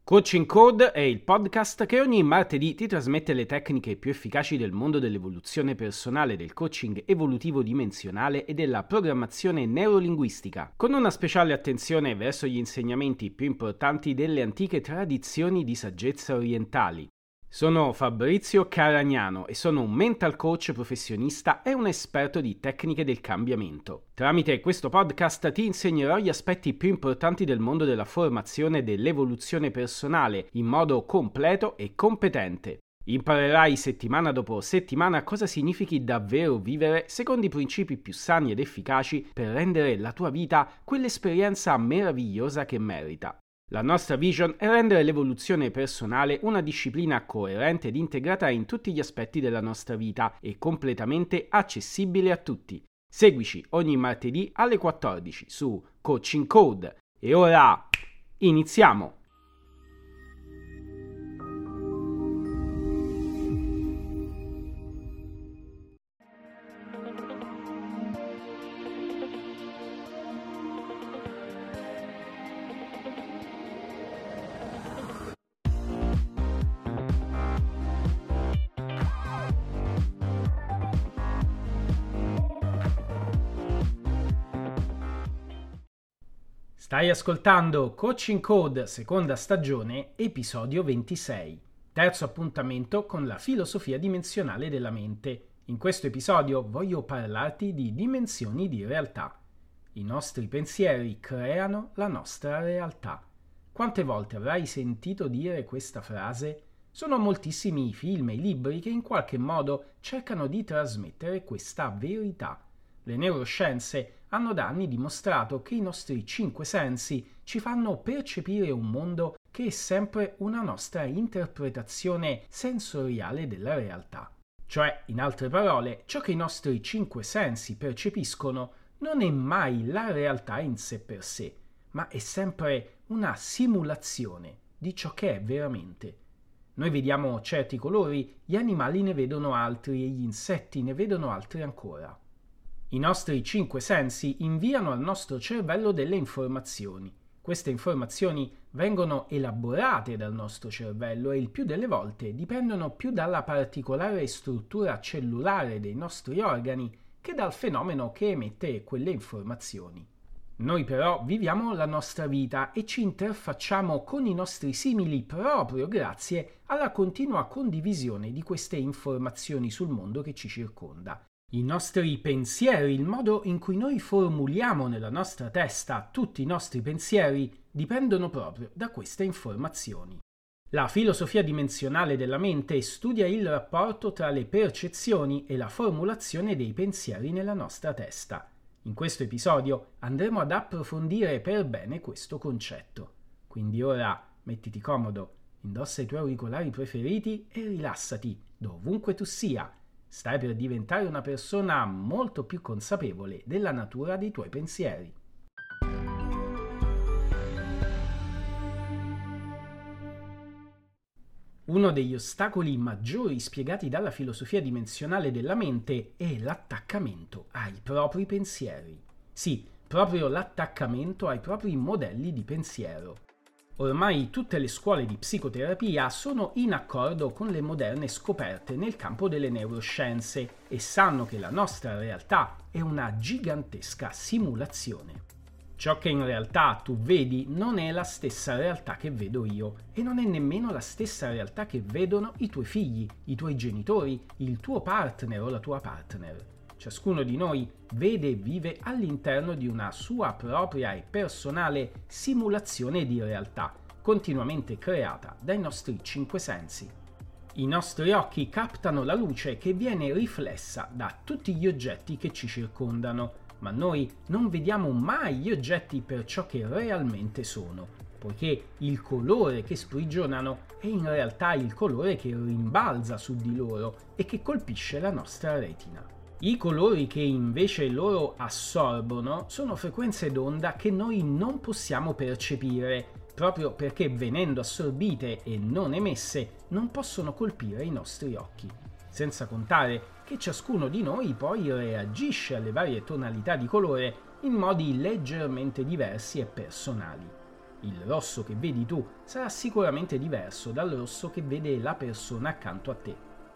Coaching Code è il podcast che ogni martedì ti trasmette le tecniche più efficaci del mondo dell'evoluzione personale, del coaching evolutivo dimensionale e della programmazione neurolinguistica, con una speciale attenzione verso gli insegnamenti più importanti delle antiche tradizioni di saggezza orientali. Sono Fabrizio Caragnano e sono un mental coach professionista e un esperto di tecniche del cambiamento. Tramite questo podcast ti insegnerò gli aspetti più importanti del mondo della formazione e dell'evoluzione personale in modo completo e competente. Imparerai settimana dopo settimana cosa significhi davvero vivere secondo i principi più sani ed efficaci per rendere la tua vita quell'esperienza meravigliosa che merita. La nostra vision è rendere l'evoluzione personale una disciplina coerente ed integrata in tutti gli aspetti della nostra vita e completamente accessibile a tutti. Seguici ogni martedì alle 14 su Coaching Code. E ora iniziamo! Stai ascoltando Coaching Code, seconda stagione, episodio 26. Terzo appuntamento con la filosofia dimensionale della mente. In questo episodio voglio parlarti di dimensioni di realtà. I nostri pensieri creano la nostra realtà. Quante volte avrai sentito dire questa frase? Sono moltissimi i film e i libri che in qualche modo cercano di trasmettere questa verità. Le neuroscienze hanno da anni dimostrato che i nostri cinque sensi ci fanno percepire un mondo che è sempre una nostra interpretazione sensoriale della realtà. Cioè, in altre parole, ciò che i nostri cinque sensi percepiscono non è mai la realtà in sé per sé, ma è sempre una simulazione di ciò che è veramente. Noi vediamo certi colori, gli animali ne vedono altri e gli insetti ne vedono altri ancora. I nostri cinque sensi inviano al nostro cervello delle informazioni. Queste informazioni vengono elaborate dal nostro cervello e il più delle volte dipendono più dalla particolare struttura cellulare dei nostri organi che dal fenomeno che emette quelle informazioni. Noi però viviamo la nostra vita e ci interfacciamo con i nostri simili proprio grazie alla continua condivisione di queste informazioni sul mondo che ci circonda. I nostri pensieri, il modo in cui noi formuliamo nella nostra testa tutti i nostri pensieri, dipendono proprio da queste informazioni. La filosofia dimensionale della mente studia il rapporto tra le percezioni e la formulazione dei pensieri nella nostra testa. In questo episodio andremo ad approfondire per bene questo concetto. Quindi ora mettiti comodo, indossa i tuoi auricolari preferiti e rilassati dovunque tu sia. Stai per diventare una persona molto più consapevole della natura dei tuoi pensieri. Uno degli ostacoli maggiori spiegati dalla filosofia dimensionale della mente è l'attaccamento ai propri pensieri. Sì, proprio l'attaccamento ai propri modelli di pensiero. Ormai tutte le scuole di psicoterapia sono in accordo con le moderne scoperte nel campo delle neuroscienze e sanno che la nostra realtà è una gigantesca simulazione. Ciò che in realtà tu vedi non è la stessa realtà che vedo io e non è nemmeno la stessa realtà che vedono i tuoi figli, i tuoi genitori, il tuo partner o la tua partner. Ciascuno di noi vede e vive all'interno di una sua propria e personale simulazione di realtà, continuamente creata dai nostri cinque sensi. I nostri occhi captano la luce che viene riflessa da tutti gli oggetti che ci circondano, ma noi non vediamo mai gli oggetti per ciò che realmente sono, poiché il colore che sprigionano è in realtà il colore che rimbalza su di loro e che colpisce la nostra retina. I colori che invece loro assorbono sono frequenze d'onda che noi non possiamo percepire, proprio perché venendo assorbite e non emesse non possono colpire i nostri occhi. Senza contare che ciascuno di noi poi reagisce alle varie tonalità di colore in modi leggermente diversi e personali. Il rosso che vedi tu sarà sicuramente diverso dal rosso che vede la persona accanto a te.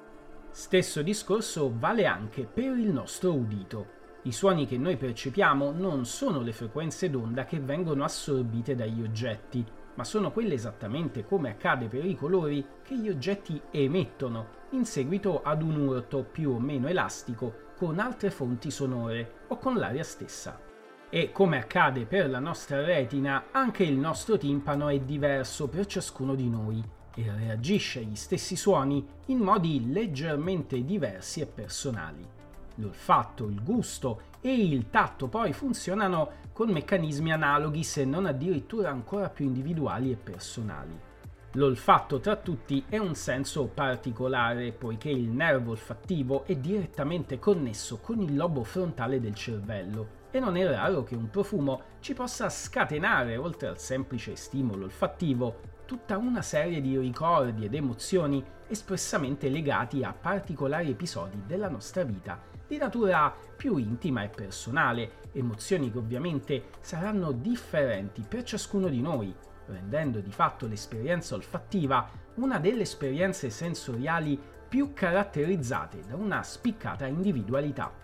Stesso discorso vale anche per il nostro udito. I suoni che noi percepiamo non sono le frequenze d'onda che vengono assorbite dagli oggetti, ma sono quelle esattamente come accade per i colori che gli oggetti emettono in seguito ad un urto più o meno elastico con altre fonti sonore o con l'aria stessa. E come accade per la nostra retina, anche il nostro timpano è diverso per ciascuno di noi e reagisce agli stessi suoni in modi leggermente diversi e personali. L'olfatto, il gusto e il tatto poi funzionano con meccanismi analoghi, se non addirittura ancora più individuali e personali. L'olfatto tra tutti è un senso particolare poiché il nervo olfattivo è direttamente connesso con il lobo frontale del cervello e non è raro che un profumo ci possa scatenare, oltre al semplice stimolo olfattivo, tutta una serie di ricordi ed emozioni espressamente legati a particolari episodi della nostra vita, di natura più intima e personale, emozioni che ovviamente saranno differenti per ciascuno di noi, rendendo di fatto l'esperienza olfattiva una delle esperienze sensoriali più caratterizzate da una spiccata individualità.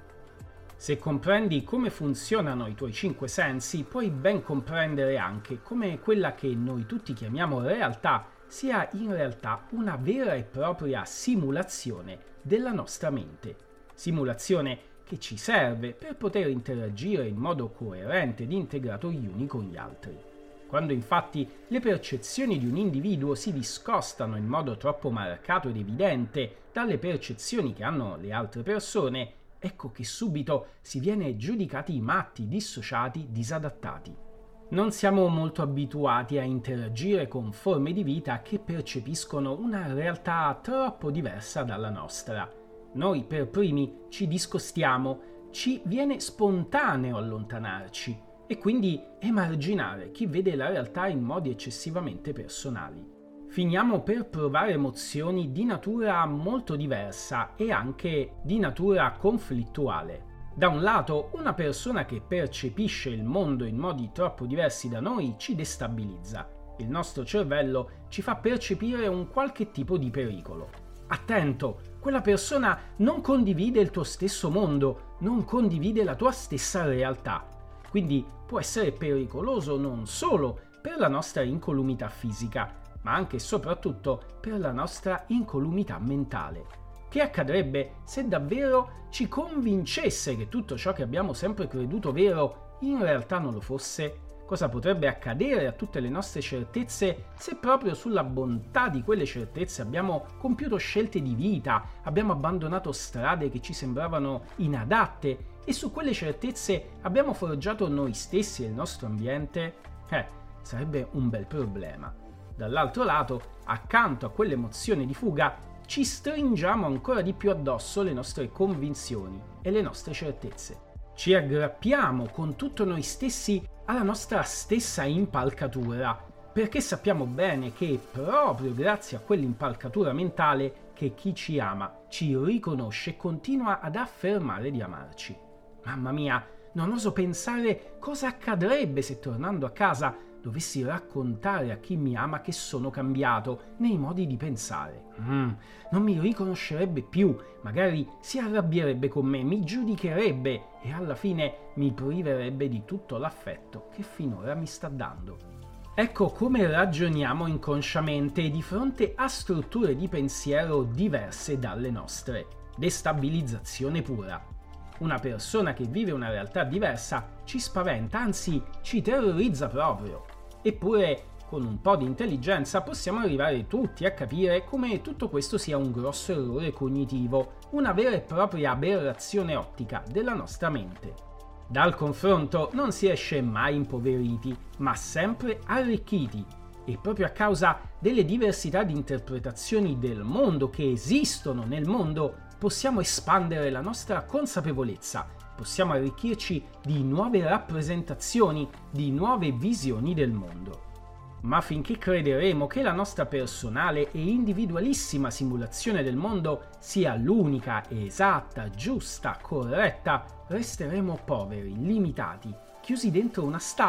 Se comprendi come funzionano i tuoi 5 sensi, puoi ben comprendere anche come quella che noi tutti chiamiamo realtà sia in realtà una vera e propria simulazione della nostra mente. Simulazione che ci serve per poter interagire in modo coerente ed integrato gli uni con gli altri. Quando infatti le percezioni di un individuo si discostano in modo troppo marcato ed evidente dalle percezioni che hanno le altre persone, ecco che subito si viene giudicati matti, dissociati, disadattati. Non siamo molto abituati a interagire con forme di vita che percepiscono una realtà troppo diversa dalla nostra. Noi per primi ci discostiamo, ci viene spontaneo allontanarci e quindi emarginare chi vede la realtà in modi eccessivamente personali. Finiamo per provare emozioni di natura molto diversa e anche di natura conflittuale. Da un lato, una persona che percepisce il mondo in modi troppo diversi da noi ci destabilizza. Il nostro cervello ci fa percepire un qualche tipo di pericolo. Attento, quella persona non condivide il tuo stesso mondo, non condivide la tua stessa realtà. Quindi può essere pericoloso non solo per la nostra incolumità fisica, ma anche e soprattutto per la nostra incolumità mentale. Che accadrebbe se davvero ci convincesse che tutto ciò che abbiamo sempre creduto vero in realtà non lo fosse? Cosa potrebbe accadere a tutte le nostre certezze se proprio sulla bontà di quelle certezze abbiamo compiuto scelte di vita, abbiamo abbandonato strade che ci sembravano inadatte e su quelle certezze abbiamo forgiato noi stessi e il nostro ambiente? Sarebbe un bel problema. Dall'altro lato, accanto a quell'emozione di fuga, ci stringiamo ancora di più addosso le nostre convinzioni e le nostre certezze. Ci aggrappiamo con tutto noi stessi alla nostra stessa impalcatura, perché sappiamo bene che è proprio grazie a quell'impalcatura mentale che chi ci ama ci riconosce e continua ad affermare di amarci. Mamma mia, non oso pensare cosa accadrebbe se tornando a casa dovessi raccontare a chi mi ama che sono cambiato nei modi di pensare. Non mi riconoscerebbe più, magari si arrabbierebbe con me, mi giudicherebbe e alla fine mi priverebbe di tutto l'affetto che finora mi sta dando. Ecco come ragioniamo inconsciamente di fronte a strutture di pensiero diverse dalle nostre. Destabilizzazione pura. Una persona che vive una realtà diversa ci spaventa, anzi ci terrorizza proprio. Eppure, con un po' di intelligenza possiamo arrivare tutti a capire come tutto questo sia un grosso errore cognitivo, una vera e propria aberrazione ottica della nostra mente. Dal confronto non si esce mai impoveriti, ma sempre arricchiti, e proprio a causa delle diversità di interpretazioni del mondo che esistono nel mondo, possiamo espandere la nostra consapevolezza, possiamo arricchirci di nuove rappresentazioni, di nuove visioni del mondo. Ma finché crederemo che la nostra personale e individualissima simulazione del mondo sia l'unica, esatta, giusta, corretta, resteremo poveri, limitati, chiusi dentro una stalla,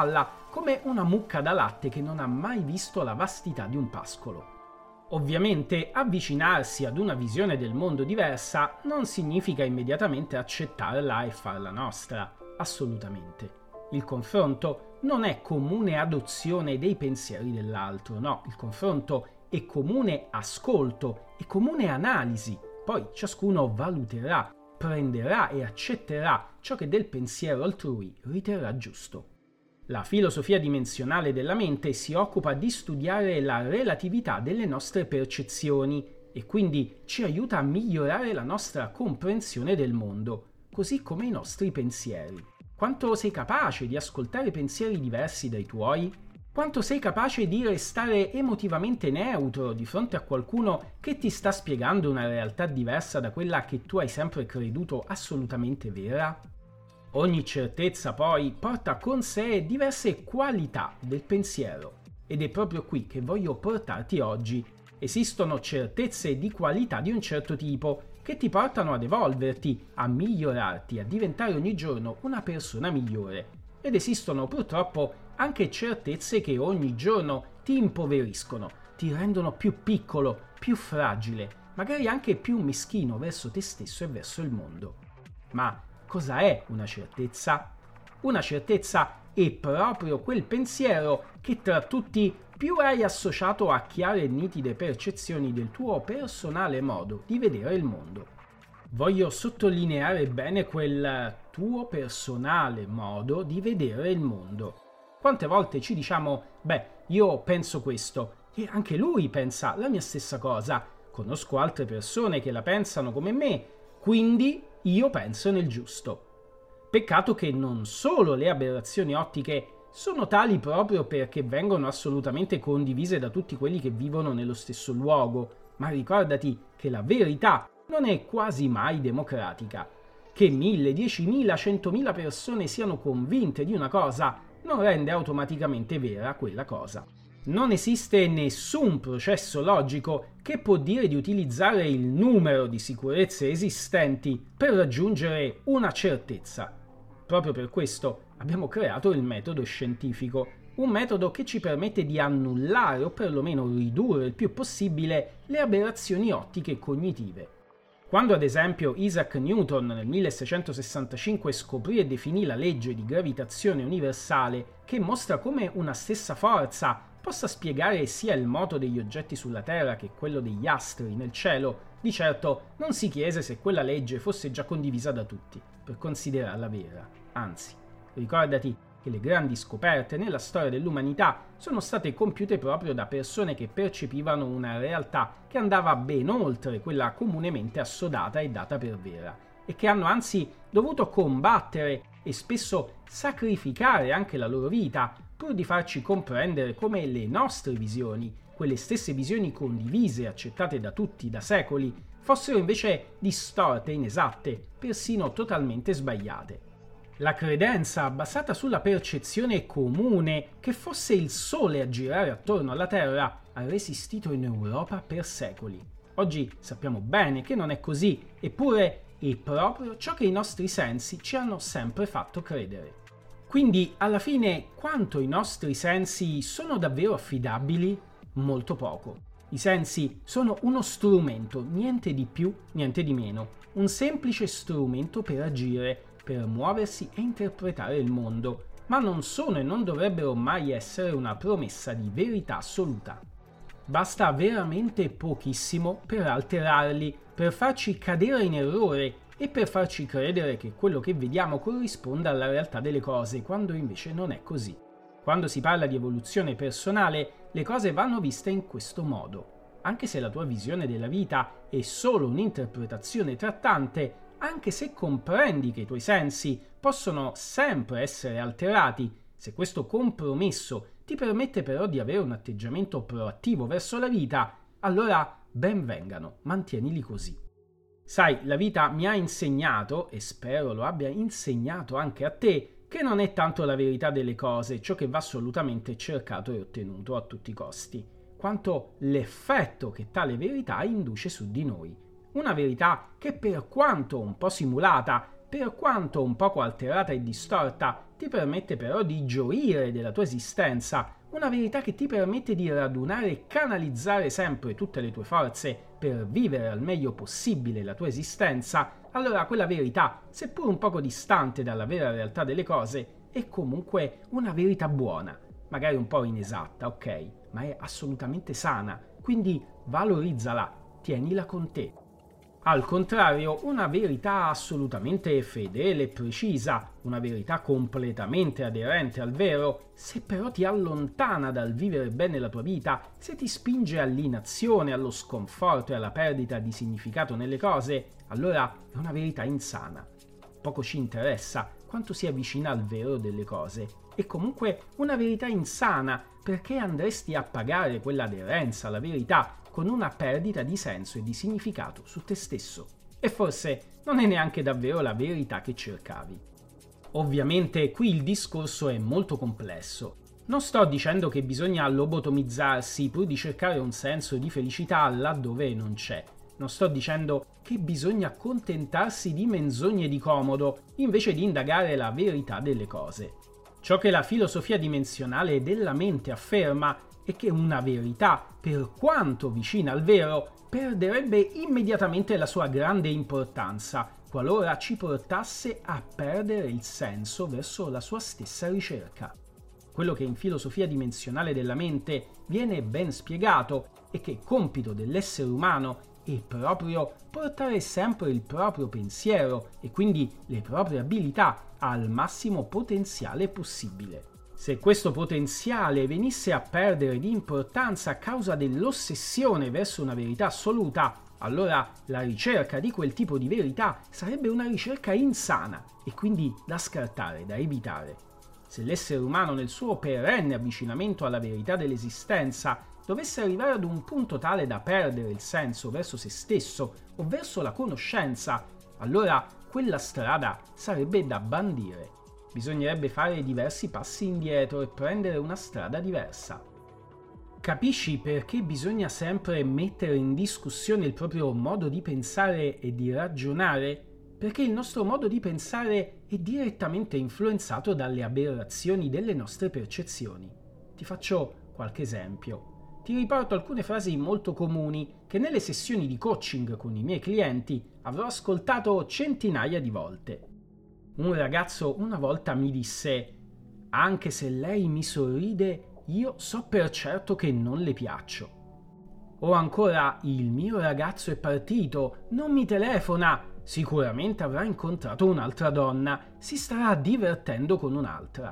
come una mucca da latte che non ha mai visto la vastità di un pascolo. Ovviamente avvicinarsi ad una visione del mondo diversa non significa immediatamente accettarla e farla nostra, assolutamente. Il confronto non è comune adozione dei pensieri dell'altro, no, il confronto è comune ascolto e comune analisi, poi ciascuno valuterà, prenderà e accetterà ciò che del pensiero altrui riterrà giusto. La filosofia dimensionale della mente si occupa di studiare la relatività delle nostre percezioni e quindi ci aiuta a migliorare la nostra comprensione del mondo, così come i nostri pensieri. Quanto sei capace di ascoltare pensieri diversi dai tuoi? Quanto sei capace di restare emotivamente neutro di fronte a qualcuno che ti sta spiegando una realtà diversa da quella che tu hai sempre creduto assolutamente vera? Ogni certezza poi porta con sé diverse qualità del pensiero ed è proprio qui che voglio portarti oggi. Esistono certezze di qualità di un certo tipo che ti portano ad evolverti, a migliorarti, a diventare ogni giorno una persona migliore. Ed esistono purtroppo anche certezze che ogni giorno ti impoveriscono, ti rendono più piccolo, più fragile, magari anche più meschino verso te stesso e verso il mondo. Ma cosa è una certezza? Una certezza è proprio quel pensiero che tra tutti più hai associato a chiare e nitide percezioni del tuo personale modo di vedere il mondo. Voglio sottolineare bene quel tuo personale modo di vedere il mondo. Quante volte ci diciamo, io penso questo, e anche lui pensa la mia stessa cosa, conosco altre persone che la pensano come me, quindi io penso nel giusto. Peccato che non solo le aberrazioni ottiche sono tali proprio perché vengono assolutamente condivise da tutti quelli che vivono nello stesso luogo, ma ricordati che la verità non è quasi mai democratica. Che 1000, 10.000, 100.000 persone siano convinte di una cosa non rende automaticamente vera quella cosa. Non esiste nessun processo logico che può dire di utilizzare il numero di sicurezze esistenti per raggiungere una certezza. Proprio per questo abbiamo creato il metodo scientifico, un metodo che ci permette di annullare o perlomeno ridurre il più possibile le aberrazioni ottiche e cognitive. Quando ad esempio Isaac Newton nel 1665 scoprì e definì la legge di gravitazione universale che mostra come una stessa forza possa spiegare sia il moto degli oggetti sulla Terra che quello degli astri nel cielo, di certo non si chiese se quella legge fosse già condivisa da tutti, per considerarla vera. Anzi, ricordati che le grandi scoperte nella storia dell'umanità sono state compiute proprio da persone che percepivano una realtà che andava ben oltre quella comunemente assodata e data per vera, e che hanno anzi dovuto combattere e spesso sacrificare anche la loro vita pur di farci comprendere come le nostre visioni, quelle stesse visioni condivise e accettate da tutti da secoli, fossero invece distorte, inesatte, persino totalmente sbagliate. La credenza basata sulla percezione comune che fosse il Sole a girare attorno alla Terra ha resistito in Europa per secoli. Oggi sappiamo bene che non è così, eppure è proprio ciò che i nostri sensi ci hanno sempre fatto credere. Quindi, alla fine, quanto i nostri sensi sono davvero affidabili? Molto poco. I sensi sono uno strumento, niente di più, niente di meno. Un semplice strumento per agire, per muoversi e interpretare il mondo, ma non sono e non dovrebbero mai essere una promessa di verità assoluta. Basta veramente pochissimo per alterarli, per farci cadere in errore e per farci credere che quello che vediamo corrisponda alla realtà delle cose, quando invece non è così. Quando si parla di evoluzione personale, le cose vanno viste in questo modo. Anche se la tua visione della vita è solo un'interpretazione tra tante, anche se comprendi che i tuoi sensi possono sempre essere alterati, se questo compromesso ti permette però di avere un atteggiamento proattivo verso la vita, allora ben vengano, mantienili così. Sai, la vita mi ha insegnato, e spero lo abbia insegnato anche a te, che non è tanto la verità delle cose ciò che va assolutamente cercato e ottenuto a tutti i costi, quanto l'effetto che tale verità induce su di noi. Una verità che per quanto un po' simulata, per quanto un poco alterata e distorta, ti permette però di gioire della tua esistenza, una verità che ti permette di radunare e canalizzare sempre tutte le tue forze per vivere al meglio possibile la tua esistenza, allora quella verità, seppur un poco distante dalla vera realtà delle cose, è comunque una verità buona, magari un po' inesatta, ok, ma è assolutamente sana, quindi valorizzala, tienila con te. Al contrario, una verità assolutamente fedele e precisa, una verità completamente aderente al vero, se però ti allontana dal vivere bene la tua vita, se ti spinge all'inazione, allo sconforto e alla perdita di significato nelle cose, allora è una verità insana. Poco ci interessa quanto sia vicina al vero delle cose. È comunque una verità insana, perché andresti a pagare quell'aderenza alla verità con una perdita di senso e di significato su te stesso. E forse non è neanche davvero la verità che cercavi. Ovviamente qui il discorso è molto complesso. Non sto dicendo che bisogna lobotomizzarsi pur di cercare un senso di felicità laddove non c'è. Non sto dicendo che bisogna accontentarsi di menzogne di comodo invece di indagare la verità delle cose. Ciò che la filosofia dimensionale della mente afferma è che una verità, per quanto vicina al vero, perderebbe immediatamente la sua grande importanza qualora ci portasse a perdere il senso verso la sua stessa ricerca. Quello che in filosofia dimensionale della mente viene ben spiegato è che compito dell'essere umano è proprio portare sempre il proprio pensiero e quindi le proprie abilità al massimo potenziale possibile. Se questo potenziale venisse a perdere di importanza a causa dell'ossessione verso una verità assoluta, allora la ricerca di quel tipo di verità sarebbe una ricerca insana e quindi da scartare, da evitare. Se l'essere umano nel suo perenne avvicinamento alla verità dell'esistenza dovesse arrivare ad un punto tale da perdere il senso verso se stesso o verso la conoscenza, allora quella strada sarebbe da bandire. Bisognerebbe fare diversi passi indietro e prendere una strada diversa. Capisci perché bisogna sempre mettere in discussione il proprio modo di pensare e di ragionare? Perché il nostro modo di pensare è direttamente influenzato dalle aberrazioni delle nostre percezioni. Ti faccio qualche esempio. Ti riporto alcune frasi molto comuni che nelle sessioni di coaching con i miei clienti avrò ascoltato centinaia di volte. Un ragazzo una volta mi disse: «Anche se lei mi sorride, io so per certo che non le piaccio». O ancora: «Il mio ragazzo è partito, non mi telefona, sicuramente avrà incontrato un'altra donna, si starà divertendo con un'altra».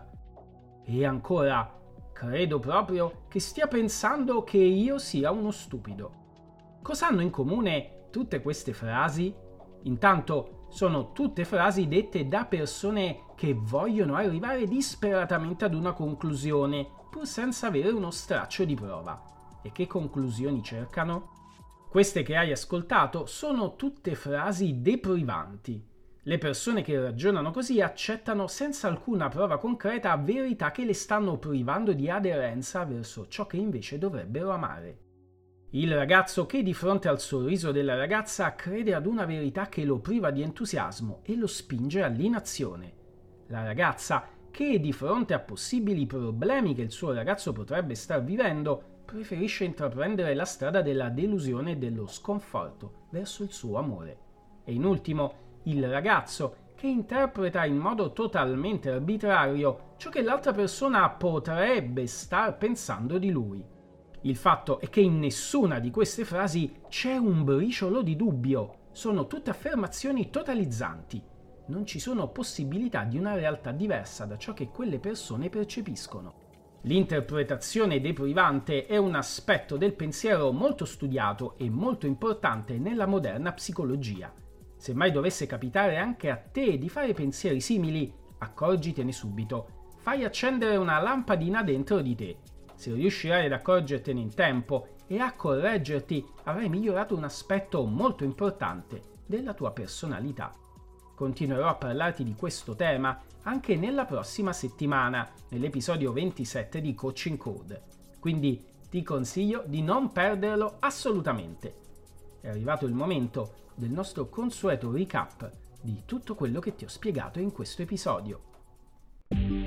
E ancora: «Credo proprio che stia pensando che io sia uno stupido». Cosa hanno in comune tutte queste frasi? Intanto sono tutte frasi dette da persone che vogliono arrivare disperatamente ad una conclusione, pur senza avere uno straccio di prova. E che conclusioni cercano? Queste che hai ascoltato sono tutte frasi deprivanti. Le persone che ragionano così accettano senza alcuna prova concreta verità che le stanno privando di aderenza verso ciò che invece dovrebbero amare. Il ragazzo che di fronte al sorriso della ragazza crede ad una verità che lo priva di entusiasmo e lo spinge all'inazione. La ragazza che di fronte a possibili problemi che il suo ragazzo potrebbe star vivendo preferisce intraprendere la strada della delusione e dello sconforto verso il suo amore. E in ultimo, il ragazzo che interpreta in modo totalmente arbitrario ciò che l'altra persona potrebbe star pensando di lui. Il fatto è che in nessuna di queste frasi c'è un briciolo di dubbio, sono tutte affermazioni totalizzanti. Non ci sono possibilità di una realtà diversa da ciò che quelle persone percepiscono. L'interpretazione deprivante è un aspetto del pensiero molto studiato e molto importante nella moderna psicologia. Se mai dovesse capitare anche a te di fare pensieri simili, accorgitene subito. Fai accendere una lampadina dentro di te. Se riuscirai ad accorgertene in tempo e a correggerti, avrai migliorato un aspetto molto importante della tua personalità. Continuerò a parlarti di questo tema anche nella prossima settimana, nell'episodio 27 di Coaching Code. Quindi ti consiglio di non perderlo assolutamente. È arrivato il momento del nostro consueto recap di tutto quello che ti ho spiegato in questo episodio.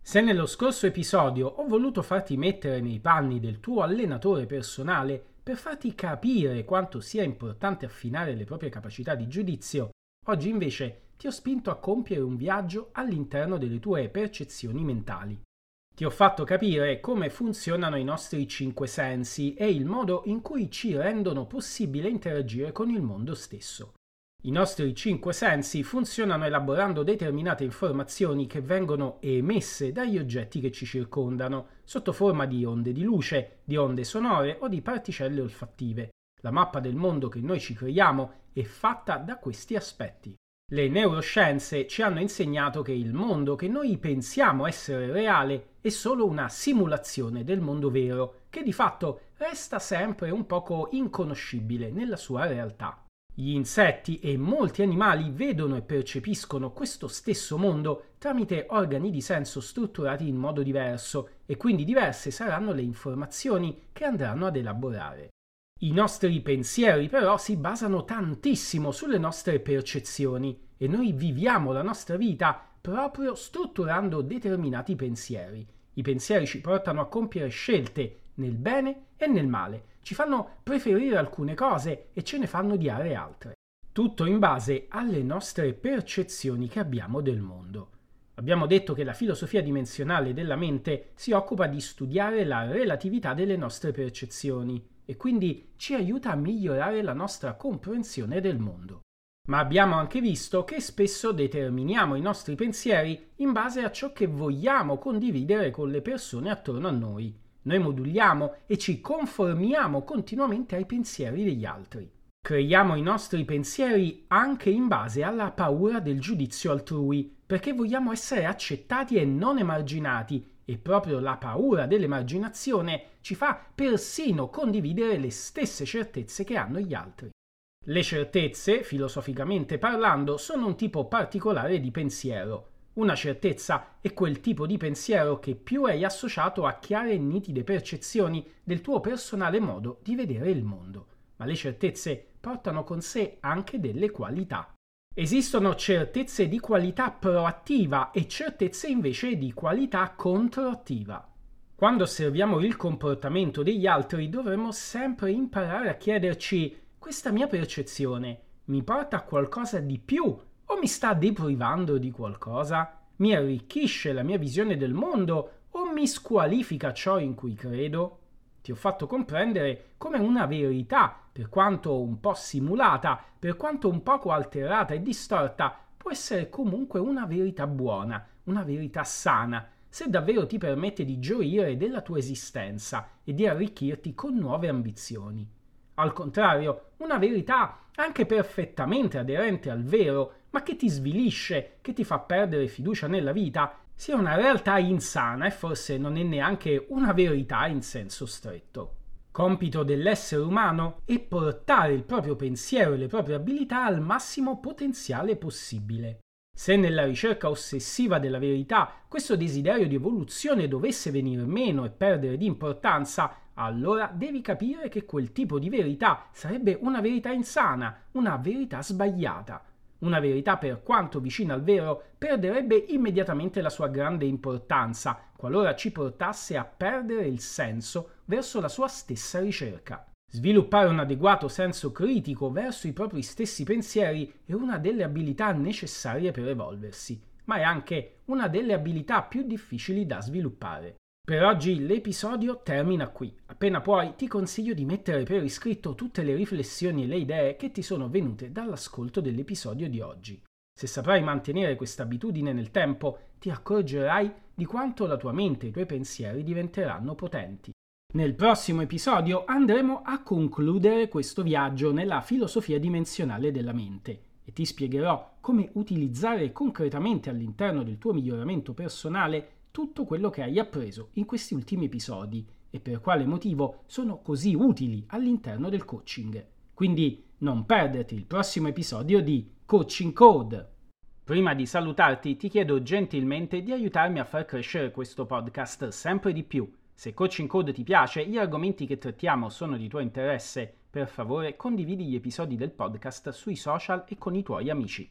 Se nello scorso episodio ho voluto farti mettere nei panni del tuo allenatore personale per farti capire quanto sia importante affinare le proprie capacità di giudizio, oggi invece ti ho spinto a compiere un viaggio all'interno delle tue percezioni mentali. Ti ho fatto capire come funzionano i nostri 5 sensi e il modo in cui ci rendono possibile interagire con il mondo stesso. I nostri 5 sensi funzionano elaborando determinate informazioni che vengono emesse dagli oggetti che ci circondano, sotto forma di onde di luce, di onde sonore o di particelle olfattive. La mappa del mondo che noi ci creiamo è fatta da questi aspetti. Le neuroscienze ci hanno insegnato che il mondo che noi pensiamo essere reale è solo una simulazione del mondo vero, che di fatto resta sempre un poco inconoscibile nella sua realtà. Gli insetti e molti animali vedono e percepiscono questo stesso mondo tramite organi di senso strutturati in modo diverso e quindi diverse saranno le informazioni che andranno ad elaborare. I nostri pensieri però si basano tantissimo sulle nostre percezioni e noi viviamo la nostra vita proprio strutturando determinati pensieri. I pensieri ci portano a compiere scelte nel bene e nel male, ci fanno preferire alcune cose e ce ne fanno odiare altre. Tutto in base alle nostre percezioni che abbiamo del mondo. Abbiamo detto che la filosofia dimensionale della mente si occupa di studiare la relatività delle nostre percezioni e quindi ci aiuta a migliorare la nostra comprensione del mondo. Ma abbiamo anche visto che spesso determiniamo i nostri pensieri in base a ciò che vogliamo condividere con le persone attorno a noi. Noi moduliamo e ci conformiamo continuamente ai pensieri degli altri. Creiamo i nostri pensieri anche in base alla paura del giudizio altrui, perché vogliamo essere accettati e non emarginati, e proprio la paura dell'emarginazione ci fa persino condividere le stesse certezze che hanno gli altri. Le certezze, filosoficamente parlando, sono un tipo particolare di pensiero. Una certezza è quel tipo di pensiero che più hai associato a chiare e nitide percezioni del tuo personale modo di vedere il mondo. Ma le certezze portano con sé anche delle qualità. Esistono certezze di qualità proattiva e certezze invece di qualità controattiva. Quando osserviamo il comportamento degli altri dovremmo sempre imparare a chiederci: questa mia percezione mi porta a qualcosa di più o mi sta deprivando di qualcosa? Mi arricchisce la mia visione del mondo o mi squalifica ciò in cui credo? Ti ho fatto comprendere come una verità, per quanto un po' simulata, per quanto un poco alterata e distorta, può essere comunque una verità buona, una verità sana, se davvero ti permette di gioire della tua esistenza e di arricchirti con nuove ambizioni. Al contrario, una verità anche perfettamente aderente al vero, ma che ti svilisce, che ti fa perdere fiducia nella vita, sia una realtà insana e forse non è neanche una verità in senso stretto. Compito dell'essere umano è portare il proprio pensiero e le proprie abilità al massimo potenziale possibile. Se nella ricerca ossessiva della verità questo desiderio di evoluzione dovesse venir meno e perdere di importanza, allora devi capire che quel tipo di verità sarebbe una verità insana, una verità sbagliata. Una verità, per quanto vicina al vero, perderebbe immediatamente la sua grande importanza qualora ci portasse a perdere il senso verso la sua stessa ricerca. Sviluppare un adeguato senso critico verso i propri stessi pensieri è una delle abilità necessarie per evolversi, ma è anche una delle abilità più difficili da sviluppare. Per oggi l'episodio termina qui. Appena puoi ti consiglio di mettere per iscritto tutte le riflessioni e le idee che ti sono venute dall'ascolto dell'episodio di oggi. Se saprai mantenere questa abitudine nel tempo, ti accorgerai di quanto la tua mente e i tuoi pensieri diventeranno potenti. Nel prossimo episodio andremo a concludere questo viaggio nella filosofia dimensionale della mente e ti spiegherò come utilizzare concretamente all'interno del tuo miglioramento personale tutto quello che hai appreso in questi ultimi episodi e per quale motivo sono così utili all'interno del coaching. Quindi non perderti il prossimo episodio di Coaching Code. Prima di salutarti ti chiedo gentilmente di aiutarmi a far crescere questo podcast sempre di più. Se Coaching Code ti piace, gli argomenti che trattiamo sono di tuo interesse, per favore condividi gli episodi del podcast sui social e con i tuoi amici.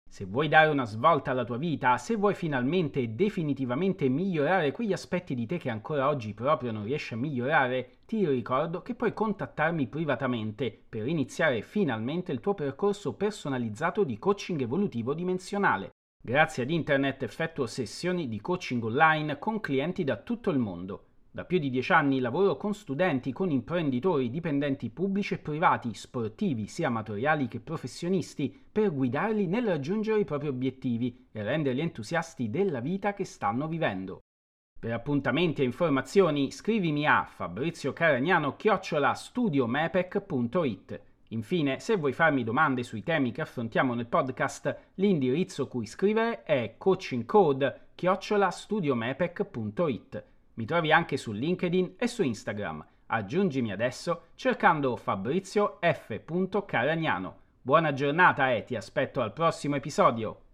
Se vuoi dare una svolta alla tua vita, se vuoi finalmente e definitivamente migliorare quegli aspetti di te che ancora oggi proprio non riesci a migliorare, ti ricordo che puoi contattarmi privatamente per iniziare finalmente il tuo percorso personalizzato di coaching evolutivo dimensionale. Grazie ad internet effettuo sessioni di coaching online con clienti da tutto il mondo. Da più di 10 anni lavoro con studenti, con imprenditori, dipendenti pubblici e privati, sportivi, sia amatoriali che professionisti, per guidarli nel raggiungere i propri obiettivi e renderli entusiasti della vita che stanno vivendo. Per appuntamenti e informazioni scrivimi a fabrizioCaragnano@studiomepec.it. Infine, se vuoi farmi domande sui temi che affrontiamo nel podcast, l'indirizzo cui scrivere è coachingcode@studiomepec.it. Mi trovi anche su LinkedIn e su Instagram. Aggiungimi adesso cercando Fabrizio F. Caragnano. Buona giornata e ti aspetto al prossimo episodio!